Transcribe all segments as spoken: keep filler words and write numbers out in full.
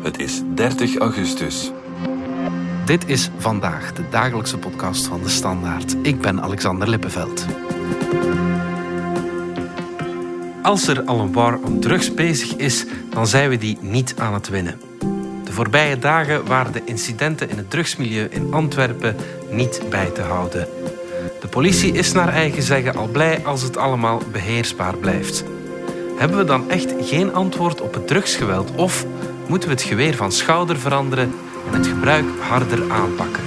Het is dertig augustus. Dit is Vandaag, de dagelijkse podcast van De Standaard. Ik ben Alexander Lippenveld. Als er al een war om drugs bezig is, dan zijn we die niet aan het winnen. De voorbije dagen waren de incidenten in het drugsmilieu in Antwerpen niet bij te houden. De politie is naar eigen zeggen al blij als het allemaal beheersbaar blijft. Hebben we dan echt geen antwoord op het drugsgeweld? Of moeten we het geweer van schouder veranderen en het gebruik harder aanpakken?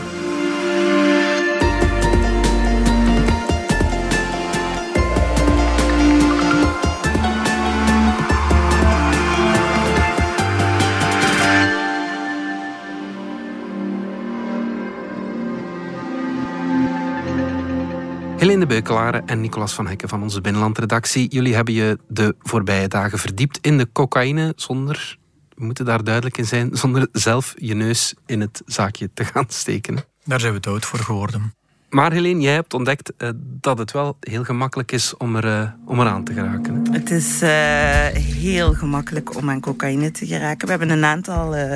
Helene Beukelare en Nicolas van Hekken van onze Binnenlandredactie. Jullie hebben je de voorbije dagen verdiept in de cocaïne zonder, we moeten daar duidelijk in zijn, zonder zelf je neus in het zaakje te gaan steken. Daar zijn we te oud voor geworden. Maar Helene, jij hebt ontdekt uh, dat het wel heel gemakkelijk is om er, uh, om eraan te geraken. Hè? Het is uh, heel gemakkelijk om aan cocaïne te geraken. We hebben een aantal uh,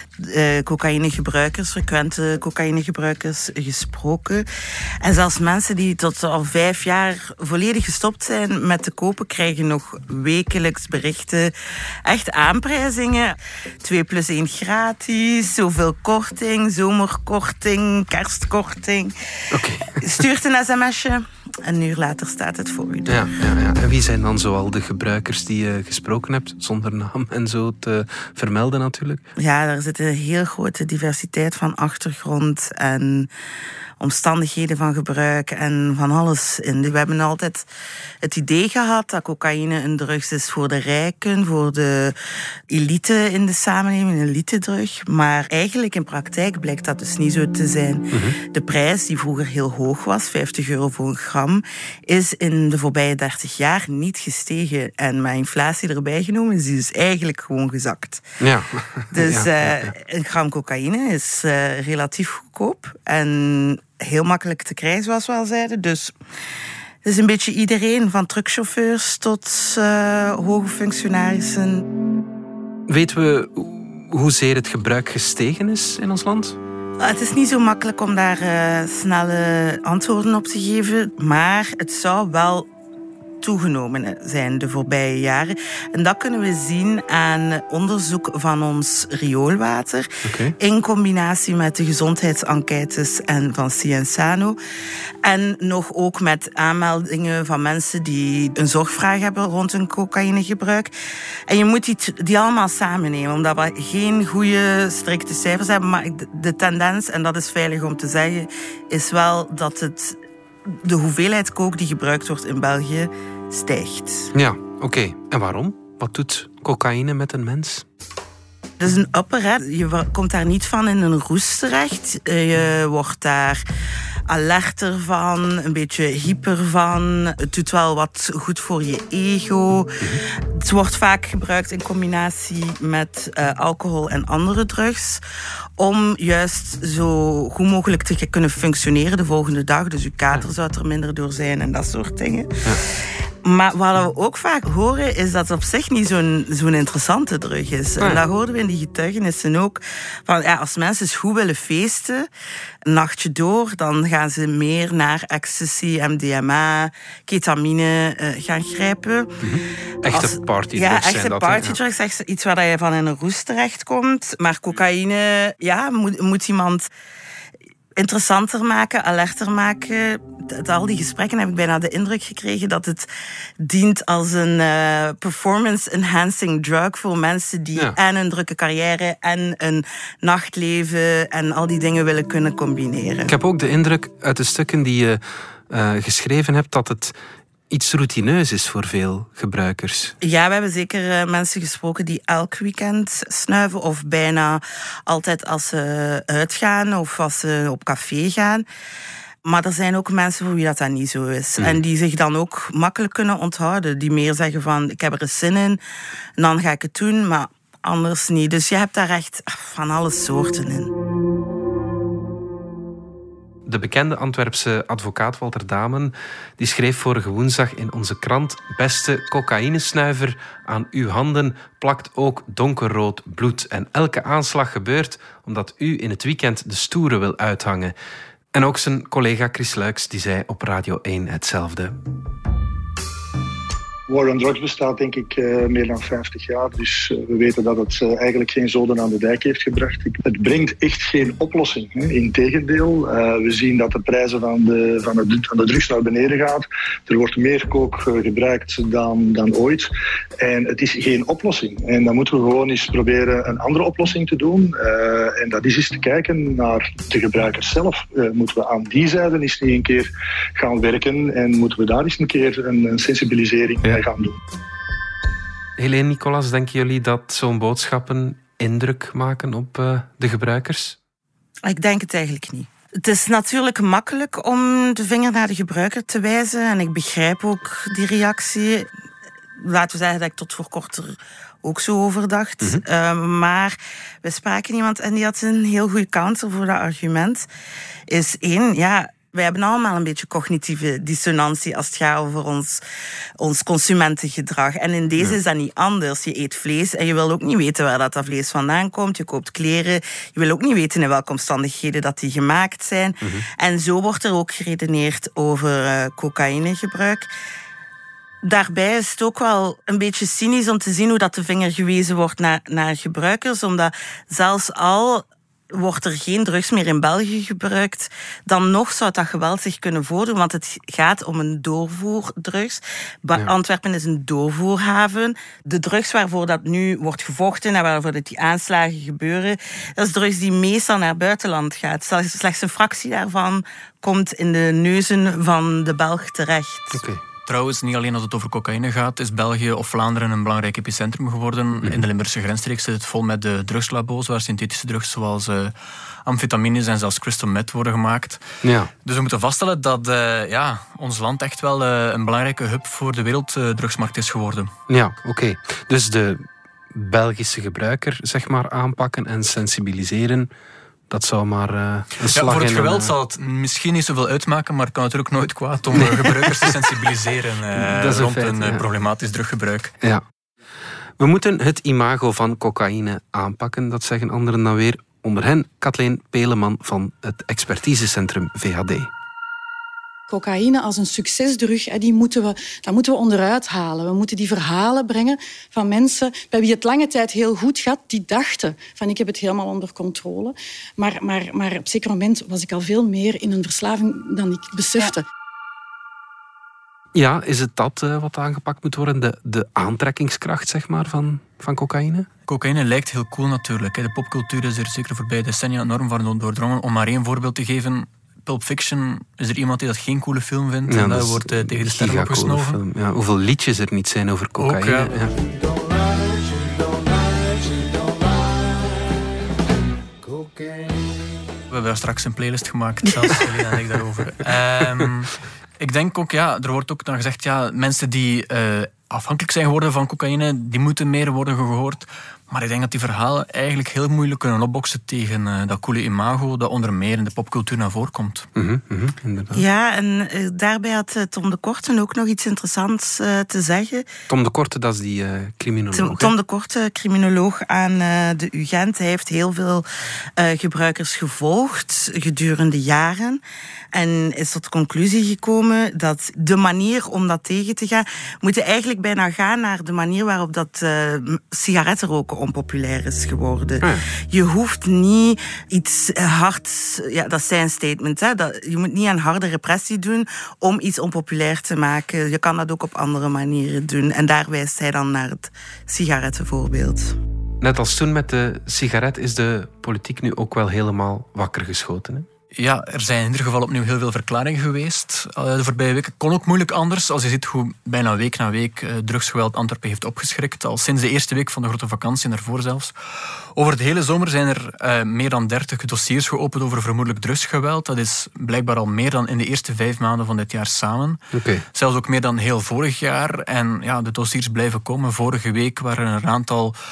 uh, cocaïnegebruikers, frequente cocaïnegebruikers gesproken. En zelfs mensen die tot al vijf jaar volledig gestopt zijn met te kopen, krijgen nog wekelijks berichten. Echt aanprijzingen. twee plus één gratis, zoveel korting, zomerkorting, kerstkorting. Okay. Stuurt een sms'je. Een uur later staat het voor u. Ja, ja, ja. En wie zijn dan zoal de gebruikers die je gesproken hebt, zonder naam en zo te vermelden natuurlijk? Ja, er zit een heel grote diversiteit van achtergrond en omstandigheden van gebruik en van alles in. We hebben altijd het idee gehad dat cocaïne een drugs is voor de rijken, voor de elite in de samenleving, een elite-drug. Maar eigenlijk in praktijk blijkt dat dus niet zo te zijn. Mm-hmm. De prijs, die vroeger heel hoog was, vijftig euro voor een gram, is in de voorbije dertig jaar niet gestegen. En met inflatie erbij genomen is die dus eigenlijk gewoon gezakt. Ja. Dus ja, ja, ja. Uh, een gram cocaïne is uh, relatief goedkoop en heel makkelijk te krijgen, zoals we al zeiden. Dus het is een beetje iedereen, van truckchauffeurs tot uh, hoge functionarissen. Weten we hoezeer het gebruik gestegen is in ons land? Het is niet zo makkelijk om daar uh, snelle antwoorden op te geven, maar het zou wel toegenomen zijn de voorbije jaren. En dat kunnen we zien aan onderzoek van ons rioolwater, okay, in combinatie met de gezondheidsenquêtes en van Cienzano. En nog ook met aanmeldingen van mensen die een zorgvraag hebben rond hun cocaïnegebruik. En je moet die, die allemaal samennemen, omdat we geen goede, strikte cijfers hebben. Maar de tendens, en dat is veilig om te zeggen, is wel dat het de hoeveelheid coke die gebruikt wordt in België stijgt. Ja, oké. Okay. En waarom? Wat doet cocaïne met een mens? Het is een upper, hè. Je komt daar niet van in een roes terecht. Je wordt daar alerter van, een beetje hyper van. Het doet wel wat goed voor je ego. Mm-hmm. Het wordt vaak gebruikt in combinatie met uh, alcohol en andere drugs, om juist zo goed mogelijk te kunnen functioneren de volgende dag. Dus uw kater zou er minder door zijn en dat soort dingen. Ja. Maar wat we ook vaak horen, is dat het op zich niet zo'n, zo'n interessante drug is. Nee. En dat hoorden we in die getuigenissen ook. Van, ja, als mensen eens goed willen feesten, een nachtje door, dan gaan ze meer naar ecstasy, M D M A, ketamine uh, gaan grijpen. Mm-hmm. Echte partydrugs ja, zijn echte dat. partydrugs, ja. Echt iets waar je van in een roes terechtkomt. Maar cocaïne, ja, moet, moet iemand interessanter maken, alerter maken. Uit al die gesprekken heb ik bijna de indruk gekregen dat het dient als een uh, performance-enhancing drug voor mensen die ja. en een drukke carrière en een nachtleven en al die dingen willen kunnen combineren. Ik heb ook de indruk uit de stukken die je uh, geschreven hebt dat het iets routineus is voor veel gebruikers. Ja, we hebben zeker uh, mensen gesproken die elk weekend snuiven of bijna altijd als ze uitgaan of als ze op café gaan. Maar er zijn ook mensen voor wie dat, dat niet zo is. Mm. En die zich dan ook makkelijk kunnen onthouden. Die meer zeggen van, ik heb er eens zin in, en dan ga ik het doen, maar anders niet. Dus je hebt daar echt van alle soorten in. De bekende Antwerpse advocaat Walter Damen die schreef vorige woensdag in onze krant: beste cocaïnesnuiver, aan uw handen plakt ook donkerrood bloed. En elke aanslag gebeurt omdat u in het weekend de stoere wil uithangen. En ook zijn collega Chris Luijks die zei op Radio één hetzelfde. War on drugs bestaat denk ik uh, meer dan vijftig jaar. Dus uh, we weten dat het uh, eigenlijk geen zoden aan de dijk heeft gebracht. Het brengt echt geen oplossing. Hè. Integendeel, uh, we zien dat de prijzen van de, van, de, van de drugs naar beneden gaan. Er wordt meer kook uh, gebruikt dan, dan ooit. En het is geen oplossing. En dan moeten we gewoon eens proberen een andere oplossing te doen. Uh, en dat is eens te kijken naar de gebruikers zelf. Uh, moeten we aan die zijde eens een keer gaan werken. En moeten we daar eens een keer een, een sensibilisering ja. gaan doen. Helene, Nicolas, denken jullie dat zo'n boodschappen indruk maken op uh, de gebruikers? Ik denk het eigenlijk niet. Het is natuurlijk makkelijk om de vinger naar de gebruiker te wijzen. En ik begrijp ook die reactie. Laten we zeggen dat ik tot voor kort er ook zo over dacht. Mm-hmm. Uh, maar we spraken iemand en die had een heel goede counter voor dat argument. Is één, ja... Wij hebben allemaal een beetje cognitieve dissonantie als het gaat over ons, ons consumentengedrag. En in deze ja. is dat niet anders. Je eet vlees en je wil ook niet weten waar dat, dat vlees vandaan komt. Je koopt kleren. Je wil ook niet weten in welke omstandigheden dat die gemaakt zijn. Mm-hmm. En zo wordt er ook geredeneerd over uh, cocaïnegebruik. Daarbij is het ook wel een beetje cynisch om te zien hoe dat de vinger gewezen wordt naar, naar gebruikers. Omdat zelfs al... wordt er geen drugs meer in België gebruikt, dan nog zou dat geweld zich kunnen voordoen, want het gaat om een doorvoerdrugs. Ba- ja. Antwerpen is een doorvoerhaven. De drugs waarvoor dat nu wordt gevochten en waarvoor dat die aanslagen gebeuren, dat is drugs die meestal naar buitenland gaat. Slechts een fractie daarvan komt in de neuzen van de Belg terecht. Okay. Trouwens, niet alleen als het over cocaïne gaat, is België of Vlaanderen een belangrijk epicentrum geworden. Mm-hmm. In de Limburgse grensstreek zit het vol met de drugslabo's, waar synthetische drugs zoals uh, amfetamines en zelfs crystal meth worden gemaakt. Ja. Dus we moeten vaststellen dat uh, ja, ons land echt wel uh, een belangrijke hub voor de werelddrugsmarkt is geworden. Ja, oké. Okay. Dus de Belgische gebruiker, zeg maar, aanpakken en sensibiliseren... Dat zou maar uh, een slag ja, voor het geweld een, zal het misschien niet zoveel uitmaken, maar het kan natuurlijk nooit kwaad om nee. gebruikers te sensibiliseren uh, dat is rond een, feit, een ja. problematisch druggebruik. Ja. We moeten het imago van cocaïne aanpakken, dat zeggen anderen dan weer. Onder hen Kathleen Peleman van het expertisecentrum V H D. Cocaïne als een succesdrug, die moeten we, dat moeten we onderuit halen. We moeten die verhalen brengen van mensen bij wie het lange tijd heel goed gaat, die dachten van ik heb het helemaal onder controle. Maar, maar, maar op een zeker moment was ik al veel meer in een verslaving dan ik besefte. Ja, ja is het dat uh, wat aangepakt moet worden? De, de aantrekkingskracht, zeg maar, van, van cocaïne? Cocaïne lijkt heel cool natuurlijk. De popcultuur is er zeker voorbij decennia enorm van doordrongen. Om maar één voorbeeld te geven... Pulp Fiction, is er iemand die dat geen coole film vindt? Ja, en dat wordt uh, tegen de sterren opgesnoven. Ja, hoeveel liedjes er niet zijn over cocaïne. Ook, ja. Ja. We hebben daar straks een playlist gemaakt, zelfs Helene en ik daarover. Um, ik denk ook, ja, er wordt ook dan gezegd, ja, mensen die uh, afhankelijk zijn geworden van cocaïne, die moeten meer worden gehoord. Maar ik denk dat die verhalen eigenlijk heel moeilijk kunnen opboksen tegen uh, dat coole imago dat onder meer in de popcultuur naar voren komt. Mm-hmm, mm-hmm, inderdaad. Ja, en uh, daarbij had uh, Tom de Korte ook nog iets interessants uh, te zeggen. Tom de Korte, dat is die uh, criminoloog. Tom, Tom de Korte, criminoloog aan uh, de U Gent. Hij heeft heel veel uh, gebruikers gevolgd gedurende jaren. En is tot de conclusie gekomen dat de manier om dat tegen te gaan... moeten eigenlijk bijna gaan naar de manier waarop dat uh, sigarettenroken onpopulair is geworden. Ja. Je hoeft niet iets hard... Ja, dat is zijn statement. Hè, dat, je moet niet aan harde repressie doen om iets onpopulair te maken. Je kan dat ook op andere manieren doen. En daar wijst hij dan naar het sigarettenvoorbeeld. Net als toen met de sigaret is de politiek nu ook wel helemaal wakker geschoten, hè? Ja, er zijn in ieder geval opnieuw heel veel verklaringen geweest. De voorbije weken kon ook moeilijk anders. Als je ziet hoe bijna week na week drugsgeweld Antwerpen heeft opgeschrikt. Al sinds de eerste week van de grote vakantie en daarvoor zelfs. Over de hele zomer zijn er uh, meer dan dertig dossiers geopend over vermoedelijk drugsgeweld. Dat is blijkbaar al meer dan in de eerste vijf maanden van dit jaar samen. Okay. Zelfs ook meer dan heel vorig jaar. En ja, de dossiers blijven komen. Vorige week waren er een aantal...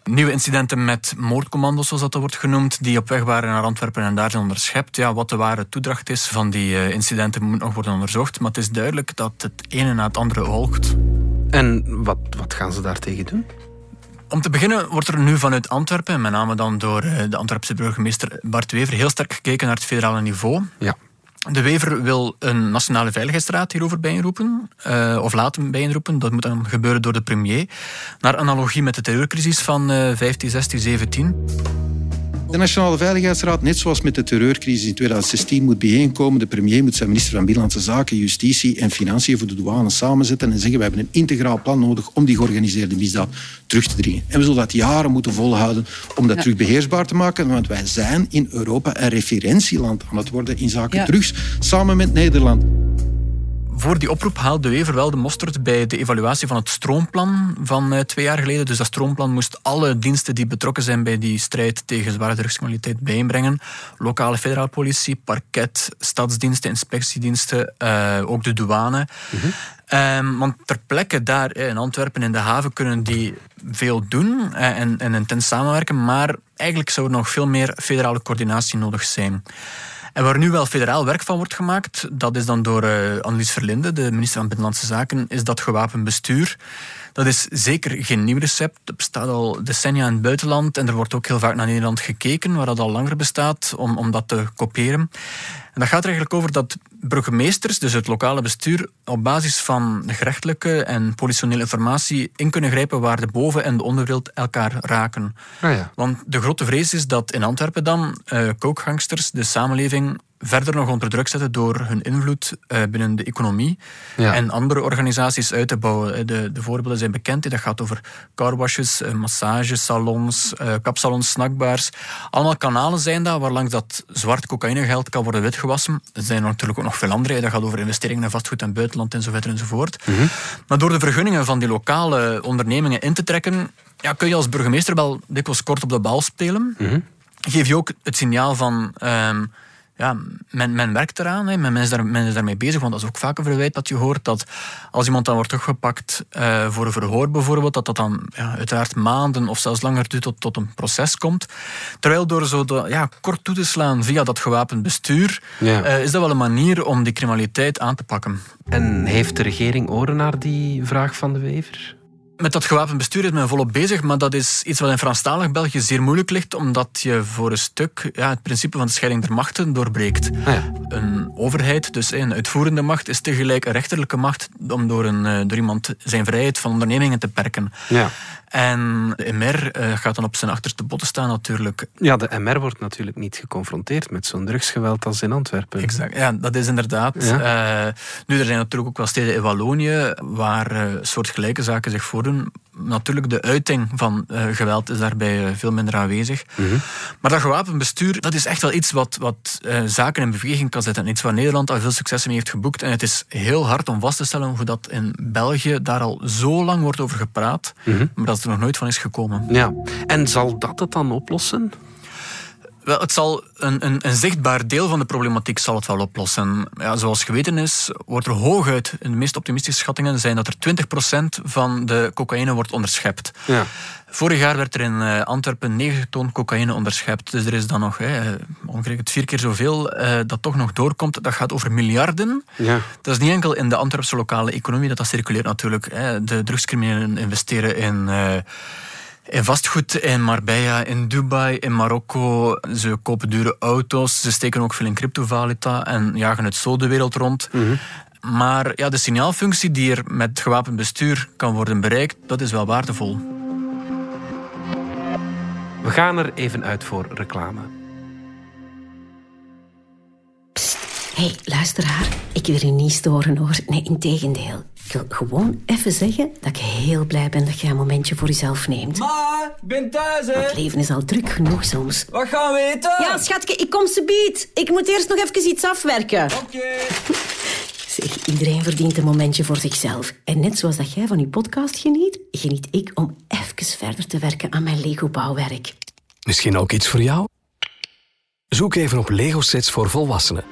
Nieuwe incidenten met moordcommando's, zoals dat wordt genoemd, die op weg waren naar Antwerpen en daar zijn onderschept. Ja, wat de ware toedracht is van die uh, incidenten moet nog worden onderzocht. Maar het is duidelijk dat het ene na het andere volgt. En wat, wat gaan ze daartegen doen? Om te beginnen wordt er nu vanuit Antwerpen, met name dan door de Antwerpse burgemeester Bart Wever, heel sterk gekeken naar het federale niveau. Ja. De Wever wil een nationale veiligheidsraad hierover bijeenroepen, uh, of laten bijeenroepen. Dat moet dan gebeuren door de premier. Naar analogie met de terreurcrisis van uh, vijftien, zestien, zeventien. De Nationale Veiligheidsraad, net zoals met de terreurcrisis in twintig zestien, moet bijeenkomen. De premier moet zijn minister van Binnenlandse Zaken, Justitie en Financiën voor de douane samenzetten en zeggen we hebben een integraal plan nodig om die georganiseerde misdaad terug te dringen. En we zullen dat jaren moeten volhouden om dat ja. terug beheersbaar te maken, want wij zijn in Europa een referentieland aan het worden in zaken ja. drugs, samen met Nederland. Voor die oproep haalt de Wever wel de mosterd bij de evaluatie van het stroomplan van uh, twee jaar geleden. Dus dat stroomplan moest alle diensten die betrokken zijn bij die strijd tegen zware drugscriminaliteit bijeenbrengen. Lokale federale politie, parket, stadsdiensten, inspectiediensten, uh, ook de douane. Mm-hmm. Um, want ter plekke daar in Antwerpen in de haven kunnen die veel doen uh, en, en intens samenwerken, maar eigenlijk zou er nog veel meer federale coördinatie nodig zijn. En waar nu wel federaal werk van wordt gemaakt, dat is dan door uh, Annelies Verlinde, de minister van Binnenlandse Zaken, is dat gewapend bestuur. Dat is zeker geen nieuw recept. Dat bestaat al decennia in het buitenland en er wordt ook heel vaak naar Nederland gekeken, waar dat al langer bestaat, om, om dat te kopiëren. En dat gaat er eigenlijk over dat burgemeesters, dus het lokale bestuur, op basis van gerechtelijke en politionele informatie in kunnen grijpen waar de boven- en de onderwereld elkaar raken. Ah ja. Want de grote vrees is dat in Antwerpen dan uh, kookgangsters de samenleving verder nog onder druk zetten door hun invloed uh, binnen de economie ja. en andere organisaties uit te bouwen. De, de voorbeelden zijn bekend. Dat gaat over carwashes, uh, massagesalons, uh, kapsalons, snackbars. Allemaal kanalen zijn dat waarlangs dat zwart cocaïnegeld kan worden witgewassen. Er zijn natuurlijk ook nog veel andere. Dat gaat over investeringen in vastgoed en buitenland enzovoort enzovoort. Mm-hmm. Maar door de vergunningen van die lokale ondernemingen in te trekken, ja, kun je als burgemeester wel dikwijls kort op de bal spelen. Mm-hmm. Geef je ook het signaal van Um, Ja, men, men werkt eraan, hè. Men, is daar, men is daarmee bezig, want dat is ook vaak een verwijt dat je hoort, dat als iemand dan wordt teruggepakt uh, voor een verhoor bijvoorbeeld, dat dat dan ja, uiteraard maanden of zelfs langer duurt tot, tot een proces komt. Terwijl door zo de, ja, kort toe te slaan via dat gewapend bestuur, ja. uh, is dat wel een manier om die criminaliteit aan te pakken. En heeft de regering oren naar die vraag van de Wever? Met dat gewapend bestuur is men volop bezig, maar dat is iets wat in Franstalig België zeer moeilijk ligt, omdat je voor een stuk ja, het principe van de scheiding der machten doorbreekt. Ah ja. Een overheid, dus een uitvoerende macht, is tegelijk een rechterlijke macht om door, een, door iemand zijn vrijheid van ondernemingen te perken. Ja. En de M R uh, gaat dan op zijn achterste botten staan natuurlijk. Ja, de M R wordt natuurlijk niet geconfronteerd met zo'n drugsgeweld als in Antwerpen. Exact, ja, dat is inderdaad. Ja. Uh, nu, er zijn natuurlijk ook wel steden in Wallonië waar uh, soortgelijke zaken zich voordoen. Natuurlijk, de uiting van uh, geweld is daarbij uh, veel minder aanwezig. Mm-hmm. Maar dat gewapend bestuur, dat is echt wel iets wat, wat uh, zaken in beweging kan zetten. En iets waar Nederland al veel successen mee heeft geboekt. En het is heel hard om vast te stellen hoe dat in België daar al zo lang wordt over gepraat, mm-hmm. maar dat er nog nooit van is gekomen. Ja. En zal dat het dan oplossen? Wel, het zal een, een, een zichtbaar deel van de problematiek zal het wel oplossen. Ja, zoals geweten is, wordt er hooguit, in de meest optimistische schattingen, zijn dat er twintig procent van de cocaïne wordt onderschept. Ja. Vorig jaar werd er in uh, Antwerpen negentig ton cocaïne onderschept. Dus er is dan nog hè, ongeveer vier keer zoveel uh, dat toch nog doorkomt. Dat gaat over miljarden. Ja. Dat is niet enkel in de Antwerpse lokale economie dat dat circuleert natuurlijk. Hè. De drugscriminelen investeren in Uh, In vastgoed in Marbella, in Dubai, in Marokko. Ze kopen dure auto's, ze steken ook veel in cryptovaluta en jagen het zo de wereld rond. Mm-hmm. Maar ja, de signaalfunctie die er met gewapend bestuur kan worden bereikt, dat is wel waardevol. We gaan er even uit voor reclame. Psst, hé, hey, luisteraar. Ik wil je niet storen hoor. Nee, integendeel. Ik wil gewoon even zeggen dat ik heel blij ben dat je een momentje voor jezelf neemt. Ma, ik ben thuis, hè. Het leven is al druk genoeg soms. Wat gaan we eten? Ja, schatje, ik kom subiet. Ik moet eerst nog even iets afwerken. Oké. Okay. Zeg, iedereen verdient een momentje voor zichzelf. En net zoals dat jij van je podcast geniet, geniet ik om even verder te werken aan mijn Lego-bouwwerk. Misschien ook iets voor jou? Zoek even op Lego-sets voor volwassenen.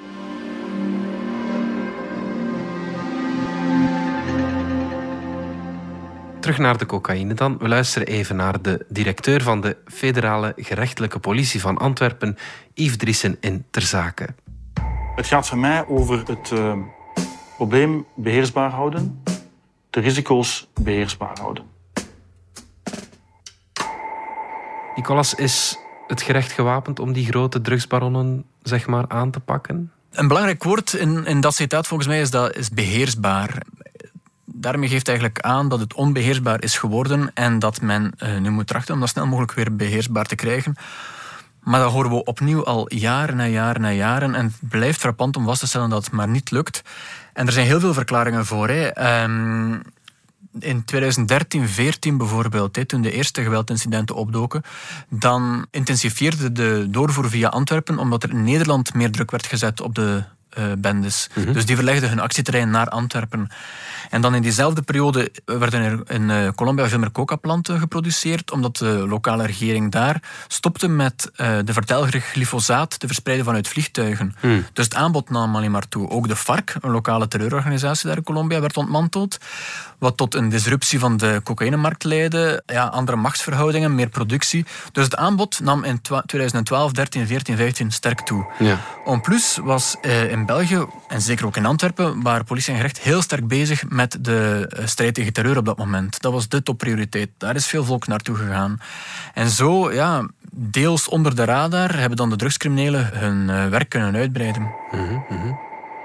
Terug naar de cocaïne dan. We luisteren even naar de directeur van de Federale Gerechtelijke Politie van Antwerpen, Yves Driessen, in Ter Zake. Het gaat voor mij over het uh, probleem beheersbaar houden, de risico's beheersbaar houden. Nicolas, is het gerecht gewapend om die grote drugsbaronnen zeg maar, aan te pakken? Een belangrijk woord in, in dat citaat volgens mij is, dat is beheersbaar. Daarmee geeft eigenlijk aan dat het onbeheersbaar is geworden en dat men uh, nu moet trachten om dat snel mogelijk weer beheersbaar te krijgen. Maar dat horen we opnieuw al jaren na jaren na jaren. En het blijft frappant om vast te stellen dat het maar niet lukt. En er zijn heel veel verklaringen voor. Hè. Um, in twintig dertien veertien bijvoorbeeld, hè, toen de eerste geweldincidenten opdoken, dan intensifieerde de doorvoer via Antwerpen, omdat er in Nederland meer druk werd gezet op de uh, bendes. Mm-hmm. Dus die verlegden hun actieterrein naar Antwerpen. En dan in diezelfde periode werden er in uh, Colombia veel meer coca-planten geproduceerd, omdat de lokale regering daar stopte met uh, de vertelger glyfosaat te verspreiden vanuit vliegtuigen. Hmm. Dus het aanbod nam alleen maar toe. Ook de FARC, een lokale terreurorganisatie daar in Colombia, werd ontmanteld, wat tot een disruptie van de cocaïnemarkt leidde. Ja, andere machtsverhoudingen, meer productie. Dus het aanbod nam in twintig twaalf, dertien, veertien, vijftien sterk toe. Ja. En plus was uh, in België, en zeker ook in Antwerpen, waren politie en gerecht heel sterk bezig met de strijd tegen terreur op dat moment. Dat was de topprioriteit. Daar is veel volk naartoe gegaan. En zo, ja, deels onder de radar, hebben dan de drugscriminelen hun uh, werk kunnen uitbreiden. Mm-hmm, mm-hmm.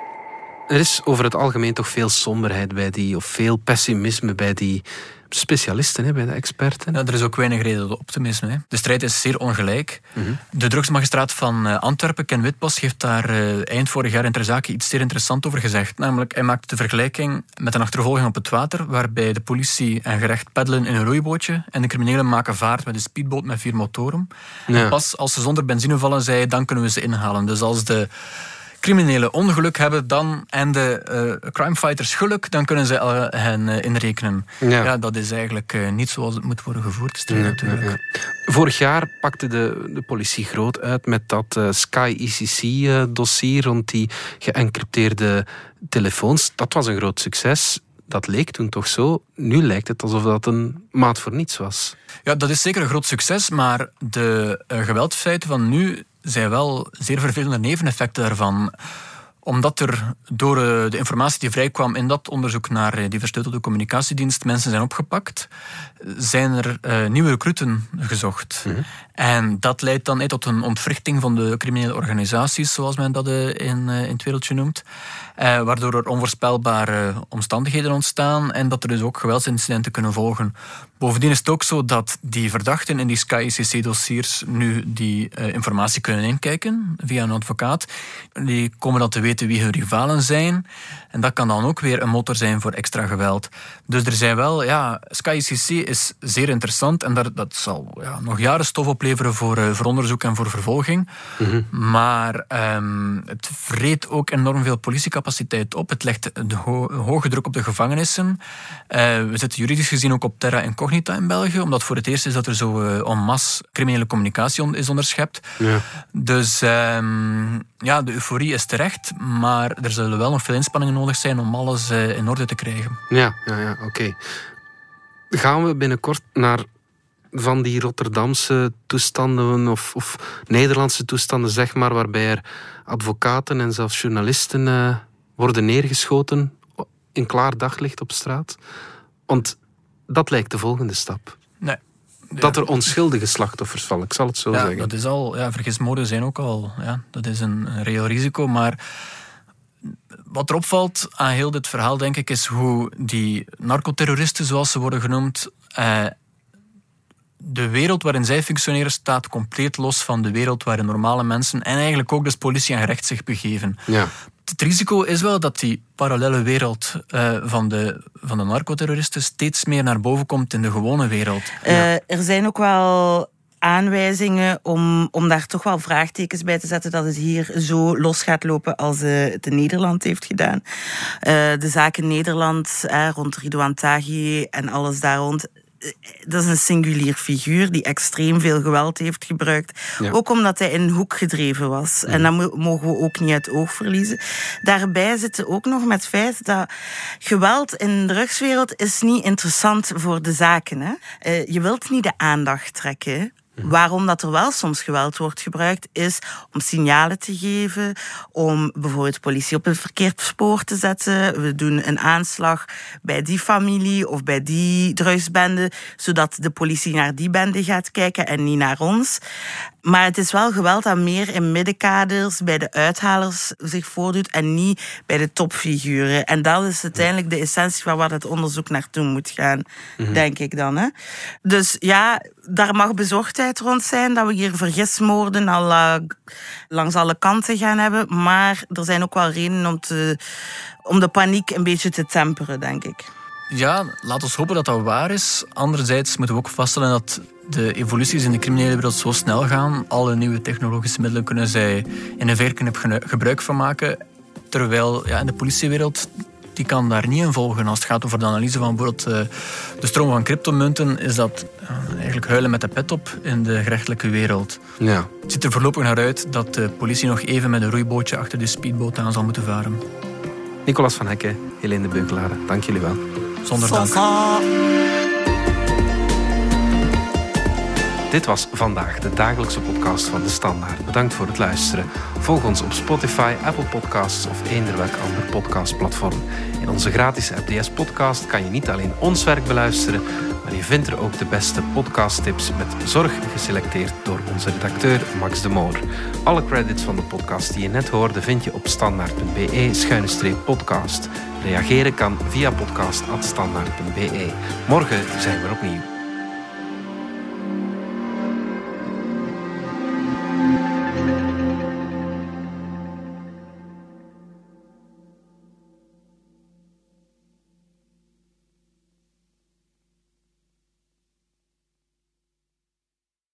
Er is over het algemeen toch veel somberheid bij die, of veel pessimisme bij die specialisten, hè, bij de experten. Ja, er is ook weinig reden tot optimisme. Hè. De strijd is zeer ongelijk. Mm-hmm. De drugsmagistraat van uh, Antwerpen, Ken Witbos, heeft daar uh, eind vorig jaar in Ter Zake iets zeer interessants over gezegd. Namelijk, hij maakt de vergelijking met een achtervolging op het water, waarbij de politie en gerecht peddelen in een roeibootje en de criminelen maken vaart met een speedboot met vier motoren. Ja. En pas als ze zonder benzine vallen, zei hij, dan kunnen we ze inhalen. Dus als de criminelen ongeluk hebben dan, en de uh, crimefighters geluk, dan kunnen ze uh, hen uh, inrekenen. Ja. ja, dat is eigenlijk uh, niet zoals het moet worden gevoerd. Strijd, ja, natuurlijk. Ja, ja. Vorig jaar pakte de, de politie groot uit met dat uh, Sky E C C-dossier rond die geëncrypteerde telefoons. Dat was een groot succes. Dat leek toen toch zo. Nu lijkt het alsof dat een maat voor niets was. Ja, dat is zeker een groot succes, maar de uh, geweldfeiten van nu zijn wel zeer vervelende neveneffecten daarvan. Omdat er door de informatie die vrijkwam in dat onderzoek naar die versleutelde communicatiedienst mensen zijn opgepakt, zijn er uh, nieuwe recruten gezocht. Mm-hmm. En dat leidt dan eh, tot een ontwrichting van de criminele organisaties, zoals men dat uh, in, uh, in het wereldje noemt. Uh, waardoor er onvoorspelbare omstandigheden ontstaan en dat er dus ook geweldsincidenten kunnen volgen. Bovendien is het ook zo dat die verdachten in die Sky E C C-dossiers nu die uh, informatie kunnen inkijken via een advocaat. Die komen dan te weten wie hun rivalen zijn. En dat kan dan ook weer een motor zijn voor extra geweld. Dus er zijn wel, ja, Sky E C C is zeer interessant en dat, dat zal ja, nog jaren stof opleveren voor, uh, voor onderzoek en voor vervolging. Mm-hmm. Maar um, het vreet ook enorm veel politiecapaciteit op. Het legt een ho- hoge druk op de gevangenissen. Uh, we zitten juridisch gezien ook op terra incognita in België, omdat voor het eerst is dat er zo uh, en masse criminele communicatie on- is onderschept. Ja. Dus um, ja, de euforie is terecht, maar er zullen wel nog veel inspanningen nodig zijn om alles uh, in orde te krijgen. Ja, ja, ja, oké. Okay. Gaan we binnenkort naar van die Rotterdamse toestanden of, of Nederlandse toestanden, zeg maar, waarbij er advocaten en zelfs journalisten uh, worden neergeschoten in klaar daglicht op straat? Want dat lijkt de volgende stap. Nee. Dat er onschuldige slachtoffers vallen, ik zal het zo ja, zeggen. Dat is al, ja, vergismoorden zijn ook al, ja, dat is een, een reëel risico, maar wat er opvalt aan heel dit verhaal, denk ik, is hoe die narcoterroristen, zoals ze worden genoemd, eh, de wereld waarin zij functioneren staat compleet los van de wereld waarin normale mensen en eigenlijk ook dus politie en gerecht zich begeven. Ja. Het risico is wel dat die parallele wereld uh, van, de, van de narcoterroristen steeds meer naar boven komt in de gewone wereld. Uh, ja. Er zijn ook wel aanwijzingen om, om daar toch wel vraagtekens bij te zetten dat het hier zo los gaat lopen als uh, het in Nederland heeft gedaan. Uh, de zaak in Nederland uh, rond Ridouan Taghi en alles daar rond dat is een singulier figuur die extreem veel geweld heeft gebruikt. Ja. Ook omdat hij in een hoek gedreven was. Ja. En dat mogen we ook niet uit het oog verliezen. Daarbij zitten ook nog met het feit dat geweld in de drugswereld is niet interessant voor de zaken. Hè? Uh, je wilt niet de aandacht trekken. Waarom dat er wel soms geweld wordt gebruikt, is om signalen te geven, om bijvoorbeeld de politie op een verkeerd spoor te zetten. We doen een aanslag bij die familie of bij die drugsbende, zodat de politie naar die bende gaat kijken en niet naar ons. Maar het is wel geweld dat meer in middenkaders bij de uithalers zich voordoet en niet bij de topfiguren. En dat is uiteindelijk de essentie van waar het onderzoek naartoe moet gaan, mm-hmm. denk ik dan. Hè? Dus ja, daar mag bezorgdheid rond zijn dat we hier vergismoorden al, uh, langs alle kanten gaan hebben. Maar er zijn ook wel redenen om, te, om de paniek een beetje te temperen, denk ik. Ja, laten we hopen dat dat waar is. Anderzijds moeten we ook vaststellen dat de evoluties in de criminele wereld zo snel gaan. Alle nieuwe technologische middelen kunnen zij in een verkennep gebruik van maken. Terwijl ja, in de politiewereld, die kan daar niet in volgen. Als het gaat over de analyse van bijvoorbeeld de stroom van cryptomunten, is dat eigenlijk huilen met de pet op in de gerechtelijke wereld. Ja. Het ziet er voorlopig naar uit dat de politie nog even met een roeibootje achter de speedboot aan zal moeten varen. Nicolas van Hekken, Helene de Beukelaar, dank jullie wel. Zonder dank. Dit was Vandaag, de dagelijkse podcast van De Standaard. Bedankt voor het luisteren. Volg ons op Spotify, Apple Podcasts of eender welk ander podcastplatform. In onze gratis F D S-podcast kan je niet alleen ons werk beluisteren, maar je vindt er ook de beste podcasttips met zorg geselecteerd door onze redacteur Max de Moor. Alle credits van de podcast die je net hoorde vind je op standaard.be schuine streep podcast. Reageren kan via podcast apenstaartje standaard punt be. Morgen zijn we er opnieuw.